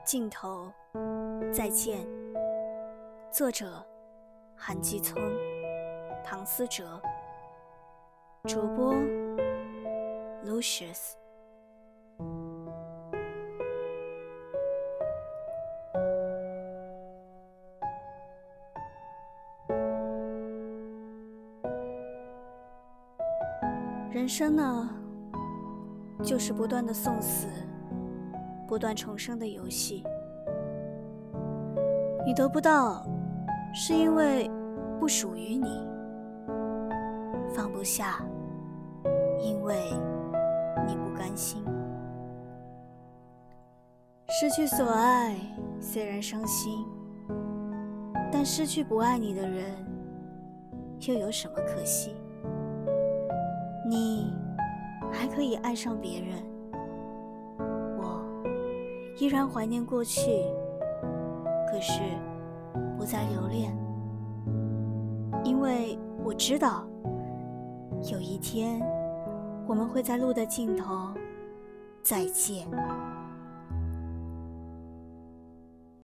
镜头再见，作者韩继聪、唐思哲，主播 Lucius。 人生呢，就是不断的送死，不断重生的游戏。你得不到，是因为不属于你；放不下，因为你不甘心。失去所爱，虽然伤心，但失去不爱你的人，又有什么可惜？你还可以爱上别人，我依然怀念过去，可是不再留恋，因为我知道有一天我们会在路的尽头再见。